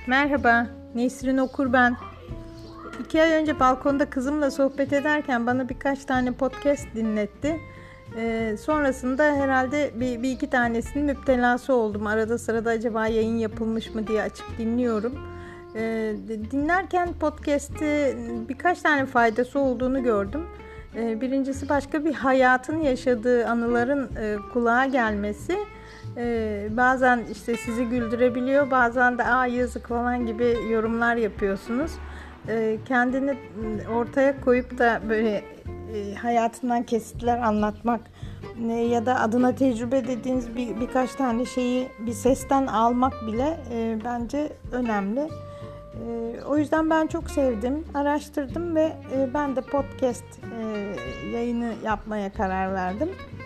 Merhaba, Nesrin Okur ben. 2 ay önce balkonda kızımla sohbet ederken bana birkaç tane podcast dinletti. Sonrasında herhalde bir iki tanesinin müptelası oldum. Arada sırada acaba yayın yapılmış mı diye açıp dinliyorum. Dinlerken podcast'i birkaç tane faydası olduğunu gördüm. Birincisi başka bir hayatın yaşadığı anıların kulağa gelmesi. Bazen işte sizi güldürebiliyor, bazen de yazık falan gibi yorumlar yapıyorsunuz. Kendini ortaya koyup da böyle hayatından kesitler anlatmak ya da adına tecrübe dediğiniz birkaç tane şeyi bir sesten almak bile bence önemli. O yüzden ben çok sevdim, araştırdım ve ben de podcast yayını yapmaya karar verdim.